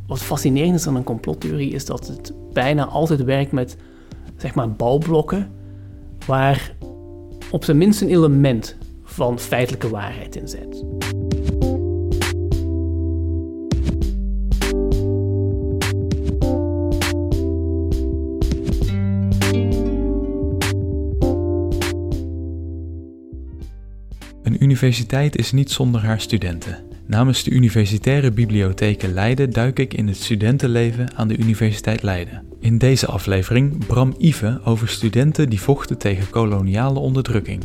wat fascinerend is aan een complottheorie is dat het bijna altijd werkt met, zeg maar, bouwblokken waar op zijn minst een element van feitelijke waarheid in zit. Een universiteit is niet zonder haar studenten. Namens de Universitaire Bibliotheken Leiden duik ik in het studentenleven aan de Universiteit Leiden. In deze aflevering Bram Ive over studenten die vochten tegen koloniale onderdrukking.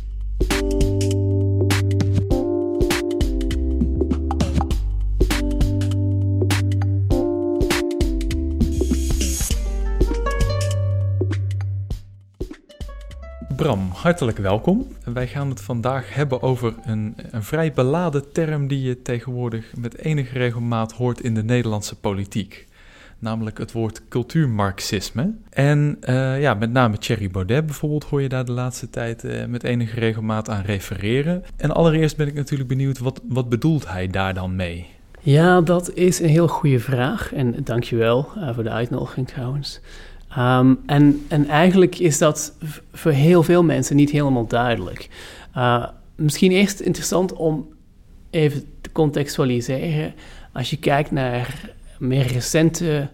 Bram, hartelijk welkom. Wij gaan het vandaag hebben over een vrij beladen term die je tegenwoordig met enige regelmaat hoort in de Nederlandse politiek. Namelijk het woord cultuurmarxisme. En met name Thierry Baudet bijvoorbeeld hoor je daar de laatste tijd met enige regelmaat aan refereren. En allereerst ben ik natuurlijk benieuwd, wat bedoelt hij daar dan mee? Ja, dat is een heel goede vraag en dankjewel voor de uitnodiging trouwens. En eigenlijk is dat voor heel veel mensen niet helemaal duidelijk. Misschien eerst interessant om even te contextualiseren. Als je kijkt naar meer recente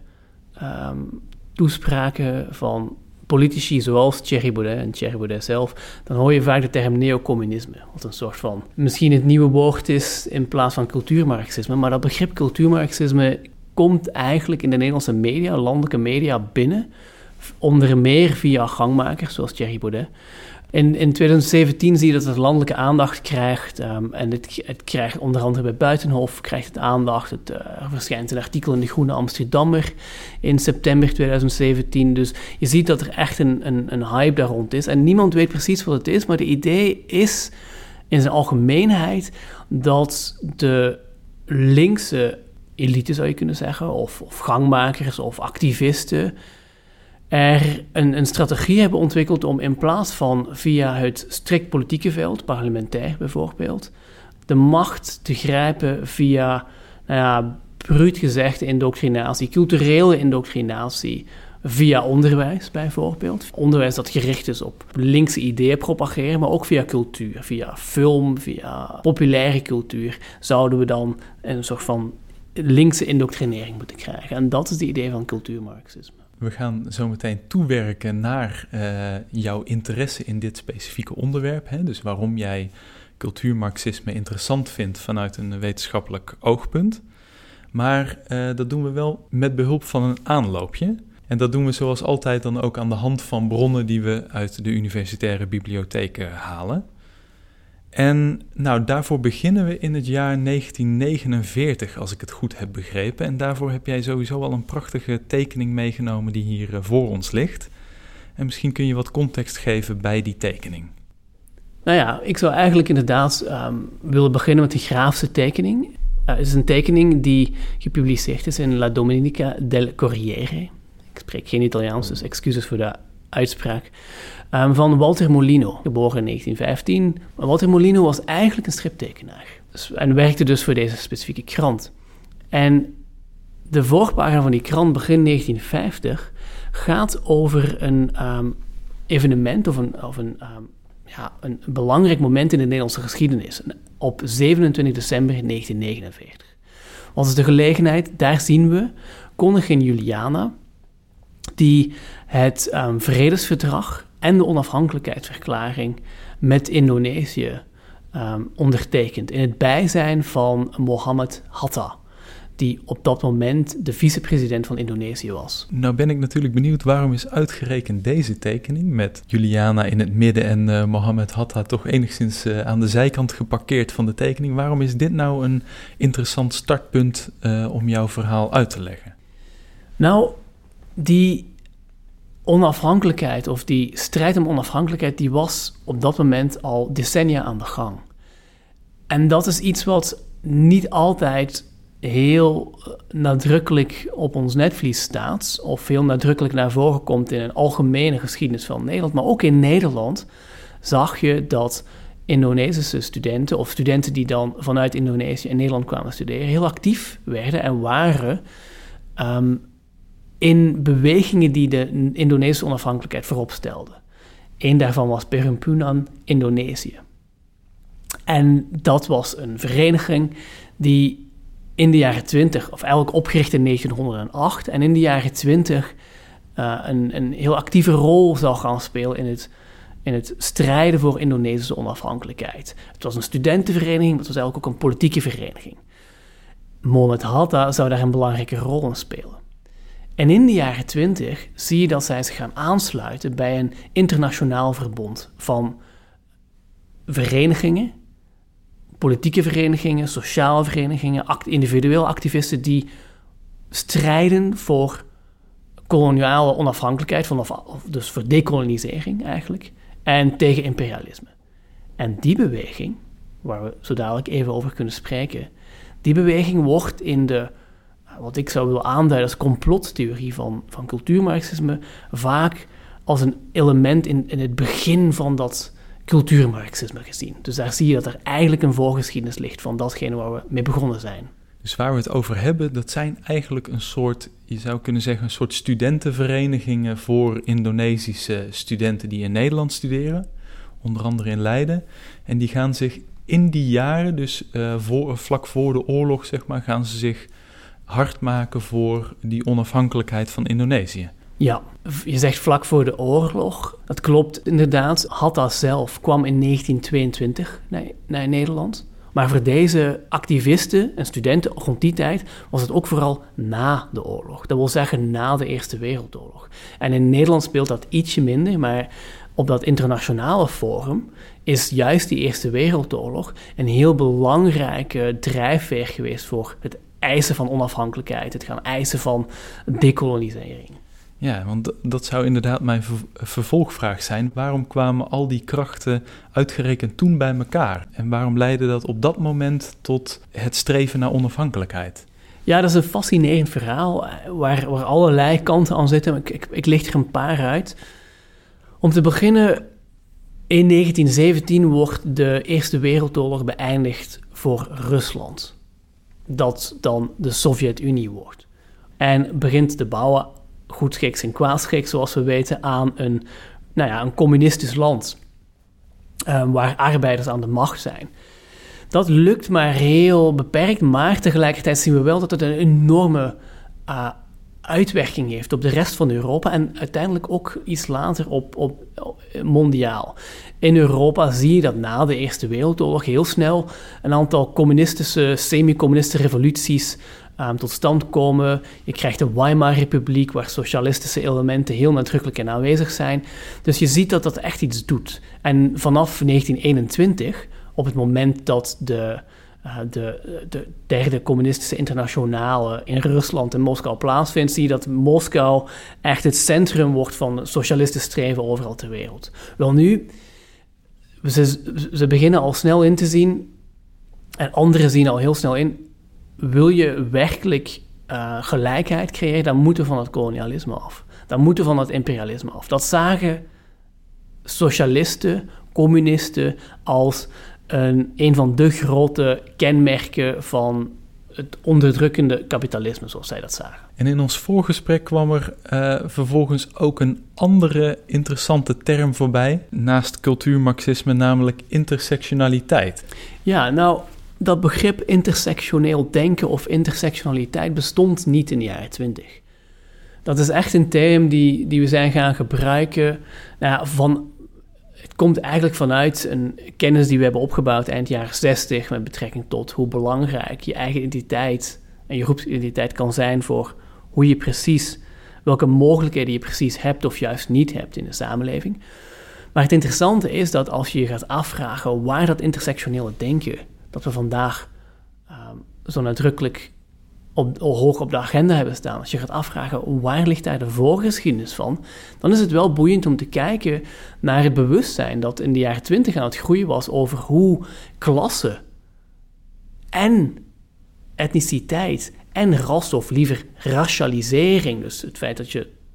toespraken van politici zoals Thierry Baudet en Thierry Baudet zelf, dan hoor je vaak de term neocommunisme, wat een soort van misschien het nieuwe woord is in plaats van cultuurmarxisme. Maar dat begrip cultuurmarxisme komt eigenlijk in de Nederlandse media, landelijke media, binnen. Onder meer via gangmakers, zoals Thierry Baudet. In 2017 zie je dat het landelijke aandacht krijgt. En het krijgt onder andere bij Buitenhof krijgt het aandacht. Er verschijnt een artikel in de Groene Amsterdammer in september 2017. Dus je ziet dat er echt een hype daar rond is. En niemand weet precies wat het is, maar de idee is in zijn algemeenheid dat de linkse elite, zou je kunnen zeggen, of gangmakers of activisten, er een strategie hebben ontwikkeld om in plaats van via het strikt politieke veld, parlementair bijvoorbeeld, de macht te grijpen via, bruut gezegd, indoctrinatie, culturele indoctrinatie, via onderwijs bijvoorbeeld. Onderwijs dat gericht is op linkse ideeën propageren, maar ook via cultuur, via film, via populaire cultuur, zouden we dan een soort van linkse indoctrinering moeten krijgen. En dat is het idee van cultuurmarxisme. We gaan zo meteen toewerken naar jouw interesse in dit specifieke onderwerp. Hè? Dus waarom jij cultuurmarxisme interessant vindt vanuit een wetenschappelijk oogpunt. Maar dat doen we wel met behulp van een aanloopje. En dat doen we zoals altijd dan ook aan de hand van bronnen die we uit de universitaire bibliotheken halen. En daarvoor beginnen we in het jaar 1949, als ik het goed heb begrepen. En daarvoor heb jij sowieso al een prachtige tekening meegenomen die hier voor ons ligt. En misschien kun je wat context geven bij die tekening. Ik zou eigenlijk inderdaad willen beginnen met die Graafse tekening. Het is een tekening die gepubliceerd is in La Domenica del Corriere. Ik spreek geen Italiaans, dus excuses voor de uitspraak. Van Walter Molino, geboren in 1915. Maar Walter Molino was eigenlijk een striptekenaar. En werkte dus voor deze specifieke krant. En de voorpagina van die krant, begin 1950, gaat over een evenement of een belangrijk moment in de Nederlandse geschiedenis. Op 27 december 1949. Wat is de gelegenheid? Daar zien we koningin Juliana, die het vredesverdrag en de onafhankelijkheidsverklaring met Indonesië ondertekent in het bijzijn van Mohammed Hatta, die op dat moment de vicepresident van Indonesië was. Nou ben ik natuurlijk benieuwd, waarom is uitgerekend deze tekening met Juliana in het midden en Mohammed Hatta toch enigszins aan de zijkant geparkeerd van de tekening? Waarom is dit nou een interessant startpunt om jouw verhaal uit te leggen? Die onafhankelijkheid of die strijd om onafhankelijkheid, die was op dat moment al decennia aan de gang. En dat is iets wat niet altijd heel nadrukkelijk op ons netvlies staat, of heel nadrukkelijk naar voren komt in een algemene geschiedenis van Nederland. Maar ook in Nederland zag je dat Indonesische studenten of studenten die dan vanuit Indonesië in Nederland kwamen studeren, heel actief werden en waren in bewegingen die de Indonesische onafhankelijkheid voorop stelden. Eén daarvan was Perhimpunan Indonesië. En dat was een vereniging die in de jaren 20, of eigenlijk opgericht in 1908, en in de jaren 20 een heel actieve rol zou gaan spelen in het strijden voor Indonesische onafhankelijkheid. Het was een studentenvereniging, maar het was eigenlijk ook een politieke vereniging. Mohamed Hatta zou daar een belangrijke rol in spelen. En in de jaren 20 zie je dat zij zich gaan aansluiten bij een internationaal verbond van verenigingen, politieke verenigingen, sociale verenigingen, individueel activisten die strijden voor koloniale onafhankelijkheid, dus voor decolonisering eigenlijk, en tegen imperialisme. En die beweging, waar we zo dadelijk even over kunnen spreken, die beweging wordt in de, wat ik zou willen aanduiden als complottheorie van cultuurmarxisme, vaak als een element in het begin van dat cultuurmarxisme gezien. Dus daar zie je dat er eigenlijk een voorgeschiedenis ligt van datgene waar we mee begonnen zijn. Dus waar we het over hebben, dat zijn eigenlijk een soort, je zou kunnen zeggen, een soort studentenverenigingen voor Indonesische studenten die in Nederland studeren, onder andere in Leiden. En die gaan zich in die jaren, dus vlak voor de oorlog, zeg maar, gaan ze zich hard maken voor die onafhankelijkheid van Indonesië. Ja, je zegt vlak voor de oorlog. Dat klopt inderdaad. Hatta zelf kwam in 1922 naar Nederland. Maar voor deze activisten en studenten rond die tijd was het ook vooral na de oorlog. Dat wil zeggen na de Eerste Wereldoorlog. En in Nederland speelt dat ietsje minder, maar op dat internationale forum is juist die Eerste Wereldoorlog een heel belangrijke drijfveer geweest voor het eisen van onafhankelijkheid, het gaan eisen van decolonisering. Ja, want dat zou inderdaad mijn vervolgvraag zijn. Waarom kwamen al die krachten uitgerekend toen bij elkaar? En waarom leidde dat op dat moment tot het streven naar onafhankelijkheid? Ja, dat is een fascinerend verhaal waar allerlei kanten aan zitten. Ik licht er een paar uit. Om te beginnen, in 1917 wordt de Eerste Wereldoorlog beëindigd voor Rusland. Dat dan de Sovjet-Unie wordt. En begint te bouwen, goedschiks en kwaadschiks, zoals we weten, aan een communistisch land. Waar arbeiders aan de macht zijn. Dat lukt maar heel beperkt, maar tegelijkertijd zien we wel dat het een enorme uitwerking heeft op de rest van Europa en uiteindelijk ook iets later op mondiaal. In Europa zie je dat na de Eerste Wereldoorlog heel snel een aantal communistische, semi-communistische revoluties tot stand komen. Je krijgt de Weimar-republiek, waar socialistische elementen heel nadrukkelijk in aanwezig zijn. Dus je ziet dat dat echt iets doet. En vanaf 1921, op het moment dat de derde communistische internationale in Rusland en Moskou plaatsvindt, zie je dat Moskou echt het centrum wordt van socialistisch streven overal ter wereld. Wel nu, ze beginnen al snel in te zien, en anderen zien al heel snel in, wil je werkelijk gelijkheid creëren, dan moeten we van het kolonialisme af. Dan moeten we van het imperialisme af. Dat zagen socialisten, communisten als een van de grote kenmerken van het onderdrukkende kapitalisme, zoals zij dat zagen. En in ons voorgesprek kwam er vervolgens ook een andere interessante term voorbij, naast cultuurmarxisme, namelijk intersectionaliteit. Ja, nou, dat begrip intersectioneel denken of intersectionaliteit bestond niet in de jaren 20. Dat is echt een term die we zijn gaan gebruiken het komt eigenlijk vanuit een kennis die we hebben opgebouwd eind jaren 60... met betrekking tot hoe belangrijk je eigen identiteit en je groepsidentiteit kan zijn voor hoe je precies, welke mogelijkheden je precies hebt of juist niet hebt in de samenleving. Maar het interessante is dat als je je gaat afvragen waar dat intersectionele denken, dat we vandaag zo nadrukkelijk hoog op de agenda hebben staan. Als je gaat afvragen waar ligt daar de voorgeschiedenis van, dan is het wel boeiend om te kijken naar het bewustzijn dat in de jaren 20 aan het groeien was over hoe klasse en etniciteit en ras, of liever racialisering, dus het feit dat je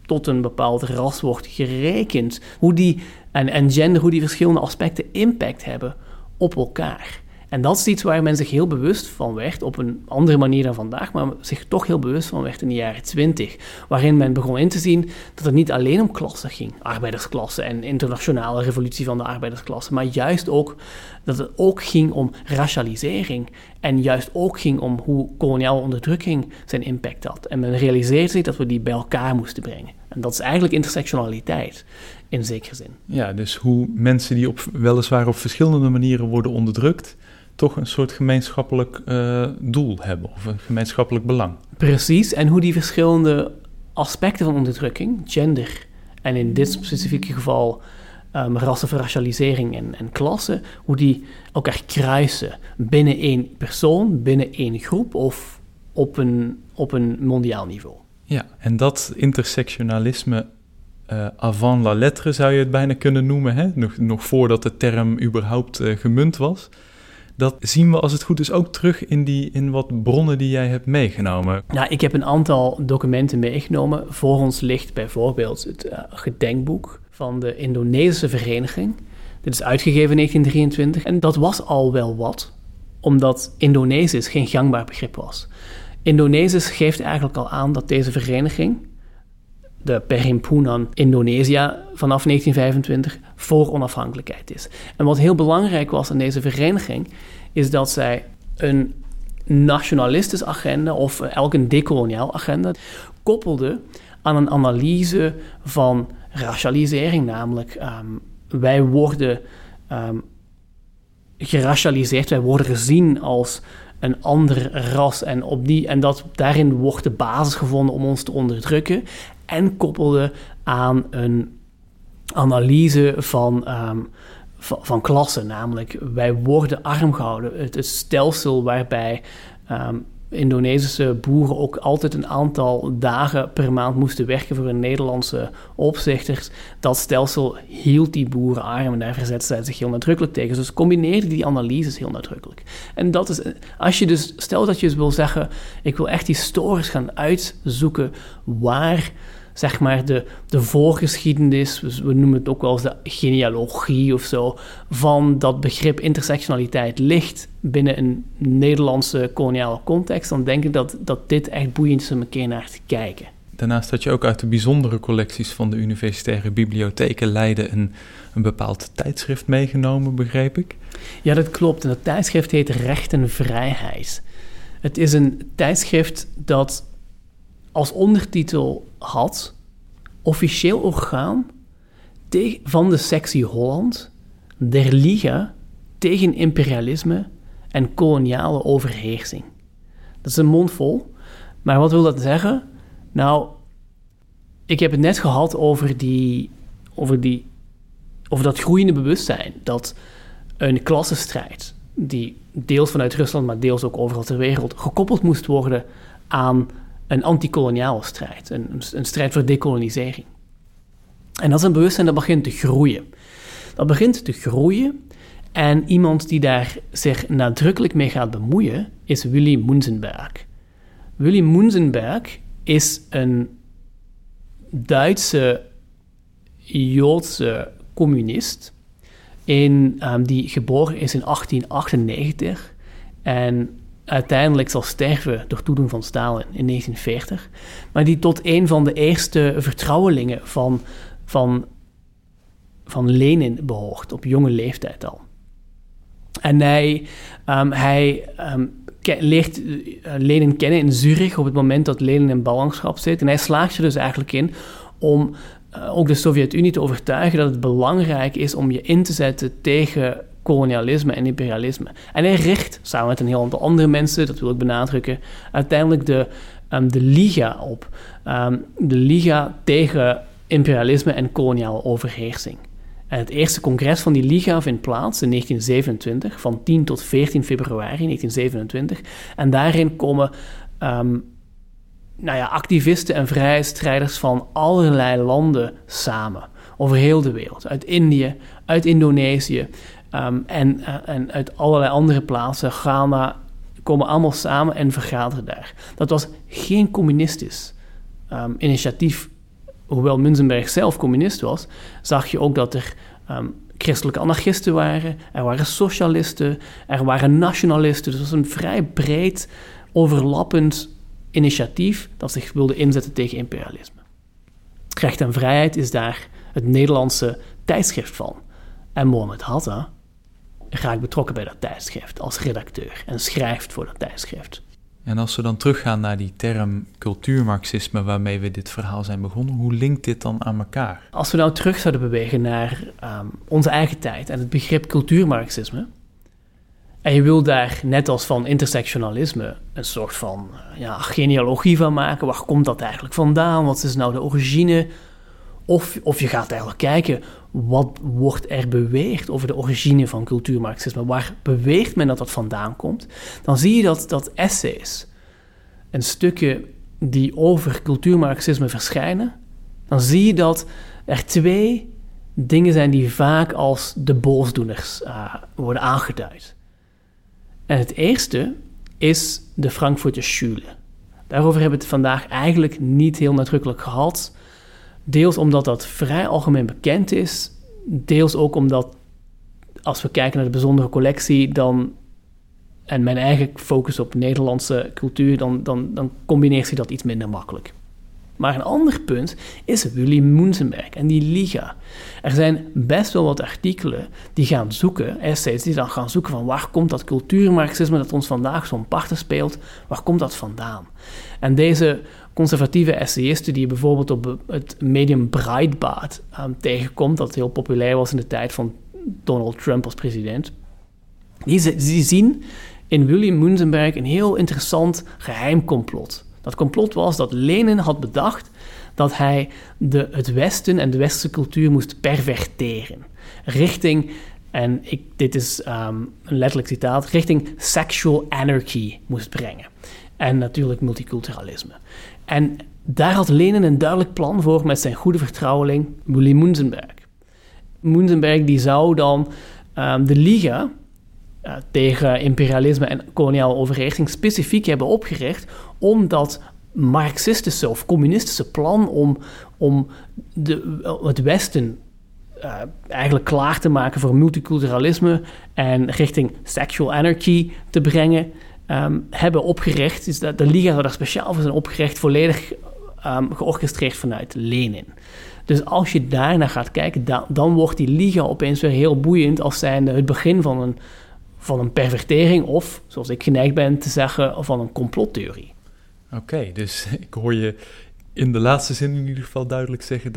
tot een bepaald ras wordt gerekend. En gender, hoe die verschillende aspecten impact hebben op elkaar. En dat is iets waar men zich heel bewust van werd, op een andere manier dan vandaag, maar zich toch heel bewust van werd in de jaren 20. Waarin men begon in te zien dat het niet alleen om klassen ging, arbeidersklasse en internationale revolutie van de arbeidersklasse, maar juist ook dat het ook ging om racialisering en juist ook ging om hoe koloniale onderdrukking zijn impact had. En men realiseerde zich dat we die bij elkaar moesten brengen. En dat is eigenlijk intersectionaliteit in zekere zin. Ja, dus hoe mensen die weliswaar op verschillende manieren worden onderdrukt, toch een soort gemeenschappelijk doel hebben of een gemeenschappelijk belang. Precies, en hoe die verschillende aspecten van onderdrukking, gender en in dit specifieke geval rassenracialisering en klasse, hoe die elkaar kruisen binnen één persoon, binnen één groep of op een mondiaal niveau. Ja, en dat intersectionalisme avant la lettre zou je het bijna kunnen noemen, hè? Nog voordat de term überhaupt gemunt was. Dat zien we als het goed is ook terug in wat bronnen die jij hebt meegenomen. Ja, ik heb een aantal documenten meegenomen. Voor ons ligt bijvoorbeeld het gedenkboek van de Indonesische vereniging. Dit is uitgegeven in 1923 en dat was al wel wat, omdat Indonesisch geen gangbaar begrip was. Indonesisch geeft eigenlijk al aan dat deze vereniging, de Perhimpunan Indonesia, vanaf 1925 voor onafhankelijkheid is. En wat heel belangrijk was aan deze vereniging, is dat zij een nationalistisch agenda of elk een dekoloniaal agenda koppelde aan een analyse van racialisering, namelijk wij worden geracialiseerd, wij worden gezien als een ander ras en daarin wordt de basis gevonden om ons te onderdrukken en koppelde aan een analyse van klassen, namelijk wij worden arm gehouden. Het stelsel waarbij Indonesische boeren ook altijd een aantal dagen per maand moesten werken voor hun Nederlandse opzichters. Dat stelsel hield die boeren arm en daar verzetten zij zich heel nadrukkelijk tegen. Dus combineerden die analyses heel nadrukkelijk. En dat is, stel dat je wil zeggen, ik wil echt historisch gaan uitzoeken waar, zeg maar, de voorgeschiedenis, we noemen het ook wel eens de genealogie of zo, van dat begrip intersectionaliteit ligt binnen een Nederlandse koloniale context, dan denk ik dat dit echt boeiend is om een keer naar te kijken. Daarnaast had je ook uit de bijzondere collecties van de universitaire bibliotheken Leiden een bepaald tijdschrift meegenomen, begreep ik? Ja, dat klopt. En dat tijdschrift heet Recht en Vrijheid. Het is een tijdschrift dat als ondertitel had officieel orgaan van de sectie Holland der Liga tegen imperialisme en koloniale overheersing. Dat is een mondvol, maar wat wil dat zeggen? Nou, ik heb het net gehad over dat groeiende bewustzijn dat een klassenstrijd, die deels vanuit Rusland, maar deels ook overal ter wereld, gekoppeld moest worden aan een antikoloniale strijd, een strijd voor decolonisering. En dat is een bewustzijn dat begint te groeien. Dat begint te groeien en iemand die daar zich nadrukkelijk mee gaat bemoeien is Willy Munzenberg. Willy Munzenberg is een Duitse Joodse communist die geboren is in 1898 en uiteindelijk zal sterven door toedoen van Stalin in 1940, maar die tot een van de eerste vertrouwelingen van Lenin behoort, op jonge leeftijd al. En hij leert Lenin kennen in Zurich op het moment dat Lenin in ballingschap zit. En hij slaagt er dus eigenlijk in om ook de Sovjet-Unie te overtuigen dat het belangrijk is om je in te zetten tegen kolonialisme en imperialisme. En hij richt, samen met een heel aantal andere mensen, dat wil ik benadrukken, uiteindelijk de Liga op. De Liga tegen imperialisme en koloniale overheersing. En het eerste congres van die Liga vindt plaats in 1927, van 10 tot 14 februari 1927. En daarin komen activisten en vrijheidsstrijders van allerlei landen samen. Over heel de wereld. Uit Indië, uit Indonesië en uit allerlei andere plaatsen. Ghana, komen allemaal samen en vergaderen daar. Dat was geen communistisch initiatief hoewel Münzenberg zelf communist was, zag je ook dat er christelijke anarchisten waren, er waren socialisten, er waren nationalisten. Dus het was een vrij breed, overlappend initiatief dat zich wilde inzetten tegen imperialisme. Recht en Vrijheid is daar het Nederlandse tijdschrift van. En Mohammed Hatta raakt betrokken bij dat tijdschrift als redacteur en schrijft voor dat tijdschrift. En als we dan teruggaan naar die term cultuurmarxisme waarmee we dit verhaal zijn begonnen, hoe linkt dit dan aan elkaar? Als we nou terug zouden bewegen naar onze eigen tijd en het begrip cultuurmarxisme, en je wil daar, net als van intersectionalisme, een soort van genealogie van maken. Waar komt dat eigenlijk vandaan? Wat is nou de origine? Of je gaat eigenlijk kijken, wat wordt er beweerd over de origine van cultuurmarxisme? Waar beweert men dat dat vandaan komt? Dan zie je dat essays en stukken die over cultuurmarxisme verschijnen, dan zie je dat er twee dingen zijn die vaak als de boosdoeners worden aangeduid. En het eerste is de Frankfurter Schule. Daarover hebben we het vandaag eigenlijk niet heel nadrukkelijk gehad. Deels omdat dat vrij algemeen bekend is. Deels ook omdat, als we kijken naar de bijzondere collectie, en mijn eigen focus op Nederlandse cultuur, dan combineert zich dat iets minder makkelijk. Maar een ander punt is Willy Münzenberg en die Liga. Er zijn best wel wat artikelen die gaan zoeken, essays die dan gaan zoeken van waar komt dat cultuurmarxisme dat ons vandaag zo'n parten speelt, waar komt dat vandaan? En deze conservatieve essayisten die je bijvoorbeeld op het medium Breitbart tegenkomt, dat heel populair was in de tijd van Donald Trump als president, die zien in Willy Münzenberg een heel interessant geheim complot. Dat complot was dat Lenin had bedacht dat hij het Westen en de westerse cultuur moest perverteren. Richting, en dit is een letterlijk citaat, richting sexual anarchy moest brengen. En natuurlijk multiculturalisme. En daar had Lenin een duidelijk plan voor met zijn goede vertrouweling Willy Münzenberg. Münzenberg die zou dan de Liga tegen imperialisme en koloniale overheersing specifiek hebben opgericht om dat marxistische of communistische plan om het Westen eigenlijk klaar te maken voor multiculturalisme en richting sexual anarchy te brengen, hebben opgericht. Dus de Liga zou daar speciaal voor zijn opgericht, volledig georchestreerd vanuit Lenin. Dus als je daarnaar gaat kijken, dan wordt die Liga opeens weer heel boeiend als zijnde het begin van een pervertering of, zoals ik geneigd ben te zeggen, van een complottheorie. Oké, dus ik hoor je in de laatste zin in ieder geval duidelijk zeggen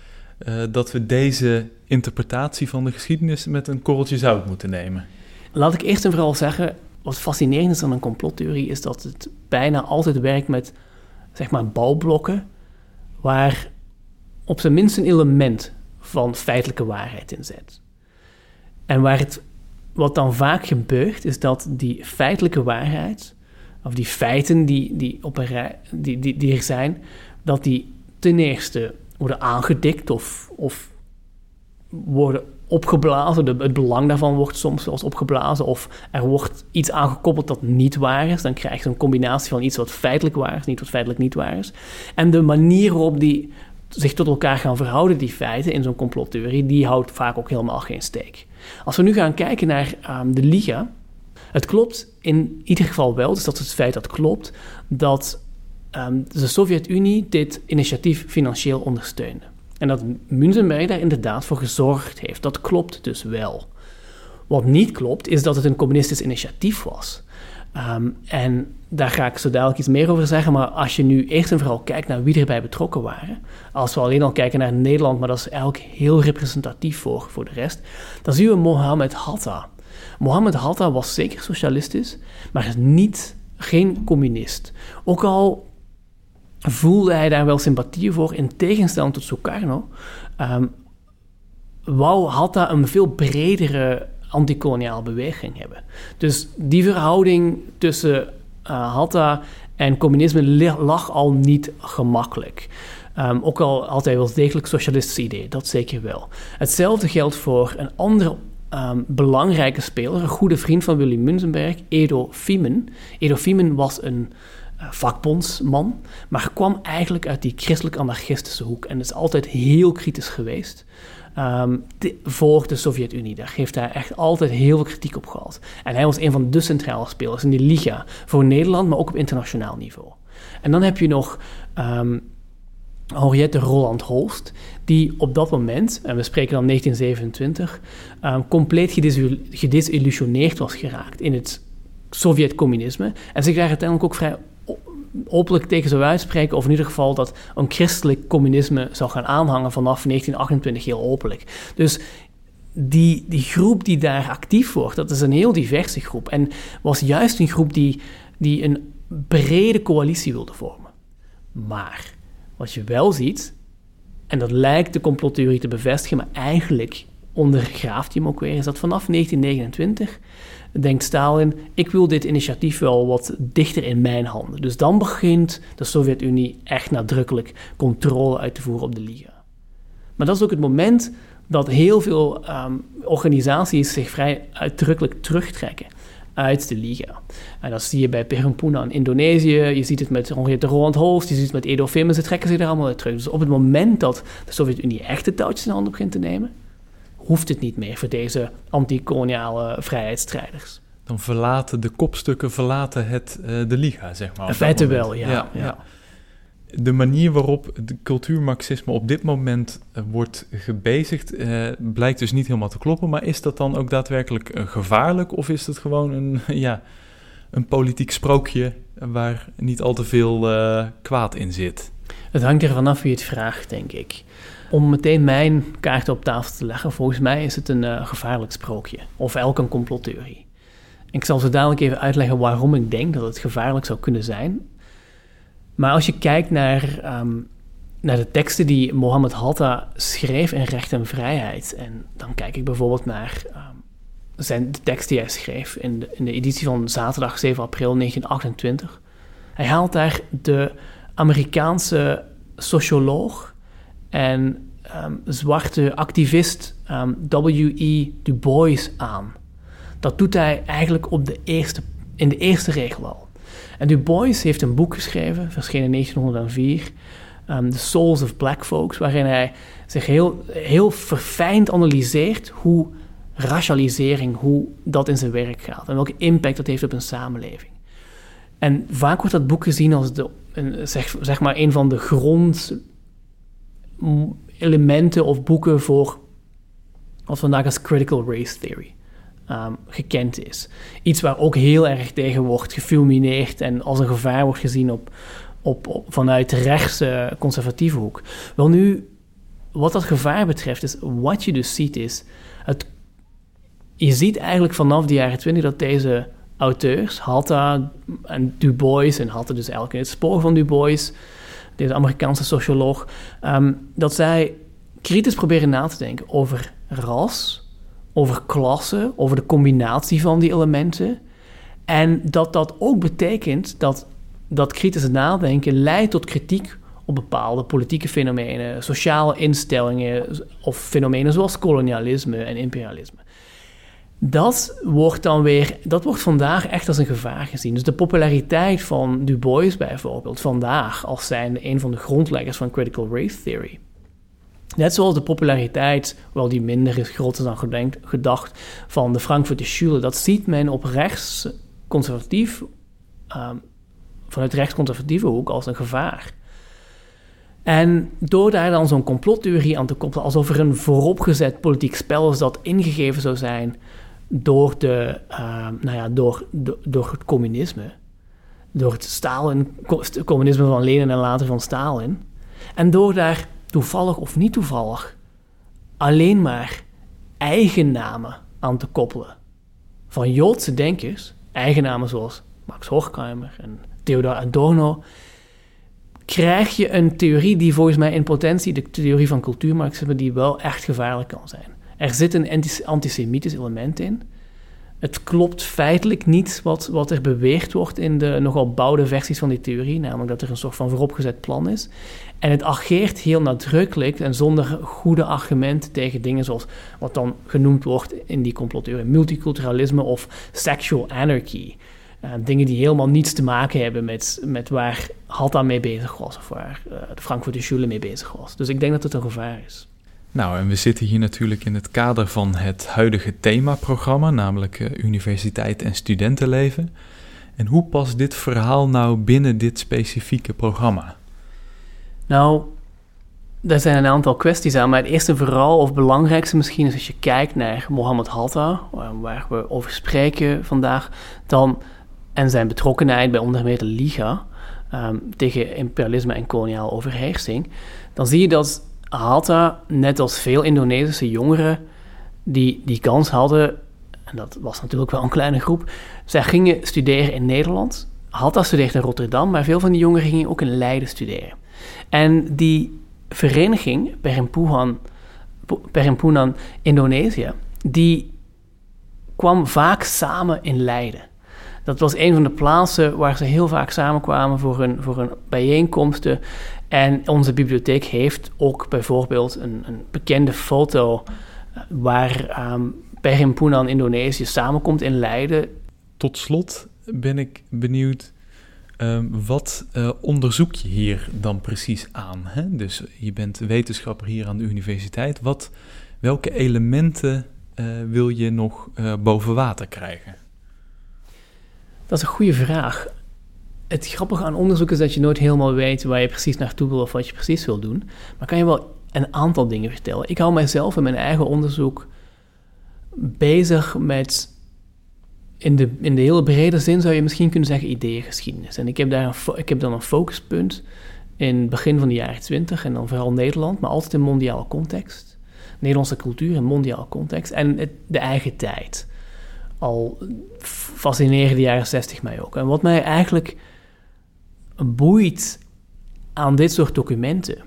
dat we deze interpretatie van de geschiedenis met een korreltje zout moeten nemen. Laat ik eerst en vooral zeggen, wat fascinerend is aan een complottheorie is dat het bijna altijd werkt met, zeg maar, bouwblokken waar op zijn minst een element van feitelijke waarheid in zit. En wat dan vaak gebeurt, is dat die feitelijke waarheid, of die feiten die er zijn, dat die ten eerste worden aangedikt of worden opgeblazen. Het belang daarvan wordt soms zelfs opgeblazen. Of er wordt iets aangekoppeld dat niet waar is. Dan krijg je een combinatie van iets wat feitelijk waar is, niet wat feitelijk niet waar is. En de manier waarop die zich tot elkaar gaan verhouden, die feiten, in zo'n complottheorie, die houdt vaak ook helemaal geen steek. Als we nu gaan kijken naar de Liga, het klopt in ieder geval wel, dus dat is het feit dat klopt, dat de Sovjet-Unie dit initiatief financieel ondersteunde. En dat Münzenberg daar inderdaad voor gezorgd heeft. Dat klopt dus wel. Wat niet klopt, is dat het een communistisch initiatief was. En daar ga ik zo dadelijk iets meer over zeggen, maar als je nu eerst en vooral kijkt naar wie erbij betrokken waren, als we alleen al kijken naar Nederland, maar dat is eigenlijk heel representatief voor de rest, dan zien we Mohammed Hatta. Mohammed Hatta was zeker socialistisch, maar geen communist. Ook al voelde hij daar wel sympathie voor, in tegenstelling tot Sukarno, wou Hatta een veel bredere antikoloniale beweging hebben. Dus die verhouding tussen Hatta en communisme lag al niet gemakkelijk. Ook al had hij wel degelijk socialistische ideeën, dat zeker wel. Hetzelfde geldt voor een andere belangrijke speler, een goede vriend van Willy Münzenberg, Edo Fiemen. Edo Fiemen was een vakbondsman, maar kwam eigenlijk uit die christelijk-anarchistische hoek en is altijd heel kritisch geweest voor de Sovjet-Unie. Daar heeft hij echt altijd heel veel kritiek op gehad. En hij was een van de centrale spelers in die Liga voor Nederland, maar ook op internationaal niveau. En dan heb je nog Henriette Roland-Holst, die op dat moment, en we spreken dan 1927, compleet gedesillusioneerd was geraakt in het Sovjet-communisme en zich daar uiteindelijk ook vrij openlijk tegen zou uitspreken, of in ieder geval dat een christelijk communisme zou gaan aanhangen vanaf 1928 heel openlijk. Dus die groep die daar actief wordt, dat is een heel diverse groep en was juist een groep die een brede coalitie wilde vormen. Maar wat je wel ziet, en dat lijkt de complottheorie te bevestigen, maar eigenlijk ondergraaft hij hem ook weer, is dat vanaf 1929 denkt Stalin, ik wil dit initiatief wel wat dichter in mijn handen. Dus dan begint de Sovjet-Unie echt nadrukkelijk controle uit te voeren op de Liga. Maar dat is ook het moment dat heel veel organisaties zich vrij uitdrukkelijk terugtrekken uit de Liga. En dat zie je bij Perhimpunan in Indonesië, je ziet het met Henriette Roland-Holst, je ziet het met Edo Phimmers, ze trekken zich er allemaal uit terug. Dus op het moment dat de Sovjet-Unie echt de touwtjes in handen begint te nemen, hoeft het niet meer voor deze anti-koloniale vrijheidsstrijders. Dan verlaten de kopstukken de Liga, zeg maar. In feite wel, ja. De manier waarop de cultuurmarxisme op dit moment wordt gebezigd, blijkt dus niet helemaal te kloppen. Maar is dat dan ook daadwerkelijk gevaarlijk? Of is het gewoon een politiek sprookje waar niet al te veel kwaad in zit? Het hangt er vanaf wie het vraagt, denk ik. Om meteen mijn kaart op tafel te leggen, volgens mij is het een gevaarlijk sprookje. Of elk een complottheorie. Ik zal zo dadelijk even uitleggen waarom ik denk dat het gevaarlijk zou kunnen zijn. Maar als je kijkt naar de teksten die Mohammed Hatta schreef in Recht en Vrijheid, en dan kijk ik bijvoorbeeld naar de tekst die hij schreef in de editie van zaterdag 7 april 1928. Hij haalt daar de Amerikaanse socioloog en zwarte activist W.E. Du Bois aan. Dat doet hij eigenlijk in de eerste regel al. En Du Bois heeft een boek geschreven, verschenen in 1904, The Souls of Black Folks, waarin hij zich heel verfijnd analyseert hoe racialisering, hoe dat in zijn werk gaat en welke impact dat heeft op een samenleving. En vaak wordt dat boek gezien als zeg maar een van de grondelementen of boeken voor wat vandaag als critical race theory gekend is. Iets waar ook heel erg tegen wordt gefulmineerd en als een gevaar wordt gezien vanuit de rechtse conservatieve hoek. Wel nu, wat dat gevaar betreft, is wat je dus ziet is, je ziet eigenlijk vanaf de jaren 20 dat deze auteurs, Hatta en Du Bois, en Hatta dus eigenlijk in het spoor van Du Bois, deze Amerikaanse socioloog, dat zij kritisch proberen na te denken over ras, over klasse, over de combinatie van die elementen. En dat ook betekent dat kritische nadenken leidt tot kritiek op bepaalde politieke fenomenen, sociale instellingen of fenomenen zoals kolonialisme en imperialisme. Dat wordt vandaag echt als een gevaar gezien. Dus de populariteit van Du Bois bijvoorbeeld vandaag als zijnde een van de grondleggers van critical race theory. Net zoals de populariteit, hoewel die minder is groot is dan gedacht, van de Frankfurter Schule, dat ziet men op rechtsconservatief, vanuit rechtsconservatieve hoek als een gevaar. En door daar dan zo'n complottheorie aan te koppelen, alsof er een vooropgezet politiek spel is dat ingegeven zou zijn door het communisme, door het communisme van Lenin en later van Stalin, en door daar toevallig of niet toevallig alleen maar eigen namen aan te koppelen van Joodse denkers, eigen namen zoals Max Horkheimer en Theodor Adorno, krijg je een theorie die volgens mij in potentie, de theorie van cultuurmarxisme, die wel echt gevaarlijk kan zijn. Er zit een antisemitisch element in. Het klopt feitelijk niet wat er beweerd wordt in de nogal bouwde versies van die theorie, namelijk dat er een soort van vooropgezet plan is. En het ageert heel nadrukkelijk en zonder goede argumenten tegen dingen zoals wat dan genoemd wordt in die complottheorie, multiculturalisme of sexual anarchy. Dingen die helemaal niets te maken hebben met waar Hatta mee bezig was of waar de Frankfurter Schule mee bezig was. Dus ik denk dat het een gevaar is. Nou, en we zitten hier natuurlijk in het kader van het huidige themaprogramma, namelijk universiteit en studentenleven. En hoe past dit verhaal nou binnen dit specifieke programma? Nou, er zijn een aantal kwesties aan, maar het eerste vooral of belangrijkste misschien is als je kijkt naar Mohammed Hatta, waar we over spreken vandaag, en zijn betrokkenheid bij onder meer de Liga tegen imperialisme en koloniale overheersing, dan zie je dat Hatta, net als veel Indonesische jongeren die kans hadden, en dat was natuurlijk wel een kleine groep, zij gingen studeren in Nederland. Hatta studeerde in Rotterdam, maar veel van die jongeren gingen ook in Leiden studeren. En die vereniging, Perhimpunan Indonesië, die kwam vaak samen in Leiden. Dat was een van de plaatsen waar ze heel vaak samenkwamen voor hun bijeenkomsten. En onze bibliotheek heeft ook bijvoorbeeld een bekende foto waar Perhimpunan Indonesië samenkomt in Leiden. Tot slot ben ik benieuwd, wat onderzoek je hier dan precies aan? Hè? Dus je bent wetenschapper hier aan de universiteit. Welke elementen wil je nog boven water krijgen? Dat is een goede vraag. Het grappige aan onderzoek is dat je nooit helemaal weet waar je precies naartoe wil of wat je precies wil doen. Maar kan je wel een aantal dingen vertellen. Ik hou mijzelf in mijn eigen onderzoek bezig met, in de hele brede zin zou je misschien kunnen zeggen, ideeëngeschiedenis. En ik heb dan een focuspunt in het begin van de jaren 20 en dan vooral Nederland, maar altijd in mondiale context. Nederlandse cultuur in mondiale context en de eigen tijd. Al fascineren de jaren 60 mij ook. En wat mij eigenlijk boeit aan dit soort documenten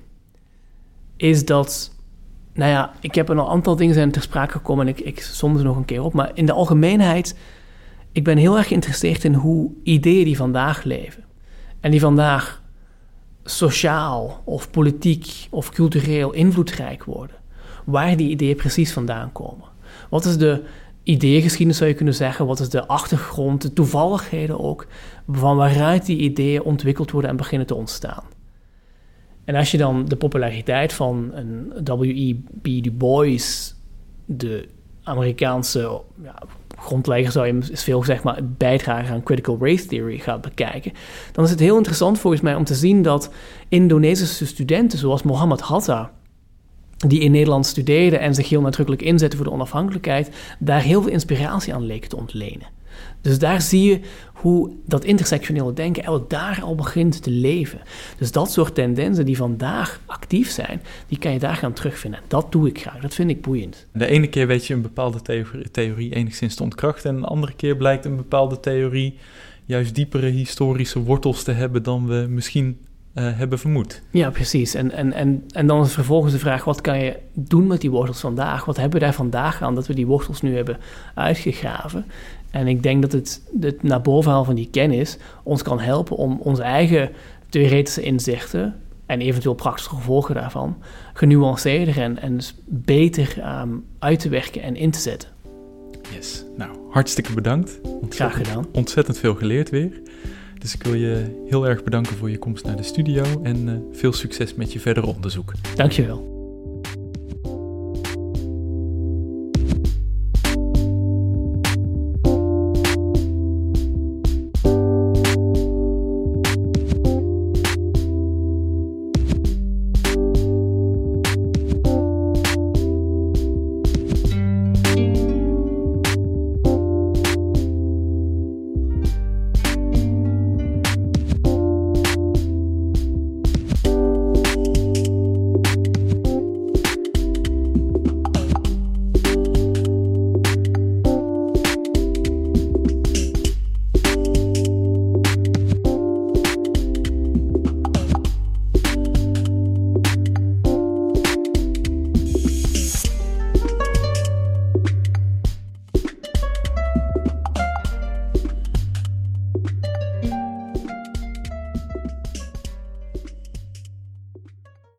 is dat, ik heb een aantal dingen zijn ter sprake gekomen en ik som ze nog een keer op, maar in de algemeenheid, ik ben heel erg geïnteresseerd in hoe ideeën die vandaag leven en die vandaag sociaal of politiek of cultureel invloedrijk worden, waar die ideeën precies vandaan komen. Wat is de ideeëngeschiedenis, zou je kunnen zeggen? Wat is de achtergrond, de toevalligheden ook, van waaruit die ideeën ontwikkeld worden en beginnen te ontstaan? En als je dan de populariteit van een W.E.B. Du Bois, de Amerikaanse grondlegger, zou je is veel gezegd, maar bijdrage aan critical race theory gaat bekijken, dan is het heel interessant volgens mij om te zien dat Indonesische studenten zoals Mohammed Hatta, die in Nederland studeerden en zich heel nadrukkelijk inzetten voor de onafhankelijkheid, daar heel veel inspiratie aan leken te ontlenen. Dus daar zie je hoe dat intersectionele denken daar al begint te leven. Dus dat soort tendensen die vandaag actief zijn, die kan je daar gaan terugvinden. Dat doe ik graag, dat vind ik boeiend. De ene keer weet je een bepaalde theorie enigszins te ontkrachten en de andere keer blijkt een bepaalde theorie juist diepere historische wortels te hebben dan we misschien hebben vermoed. Ja, precies. En dan is vervolgens de vraag, wat kan je doen met die wortels vandaag? Wat hebben we daar vandaag aan dat we die wortels nu hebben uitgegraven? En ik denk dat het naar boven halen van die kennis ons kan helpen om onze eigen theoretische inzichten en eventueel praktische gevolgen daarvan genuanceerder en beter uit te werken en in te zetten. Yes. Nou, hartstikke bedankt. Graag gedaan. Ontzettend veel geleerd weer. Dus ik wil je heel erg bedanken voor je komst naar de studio en veel succes met je verdere onderzoek. Dankjewel.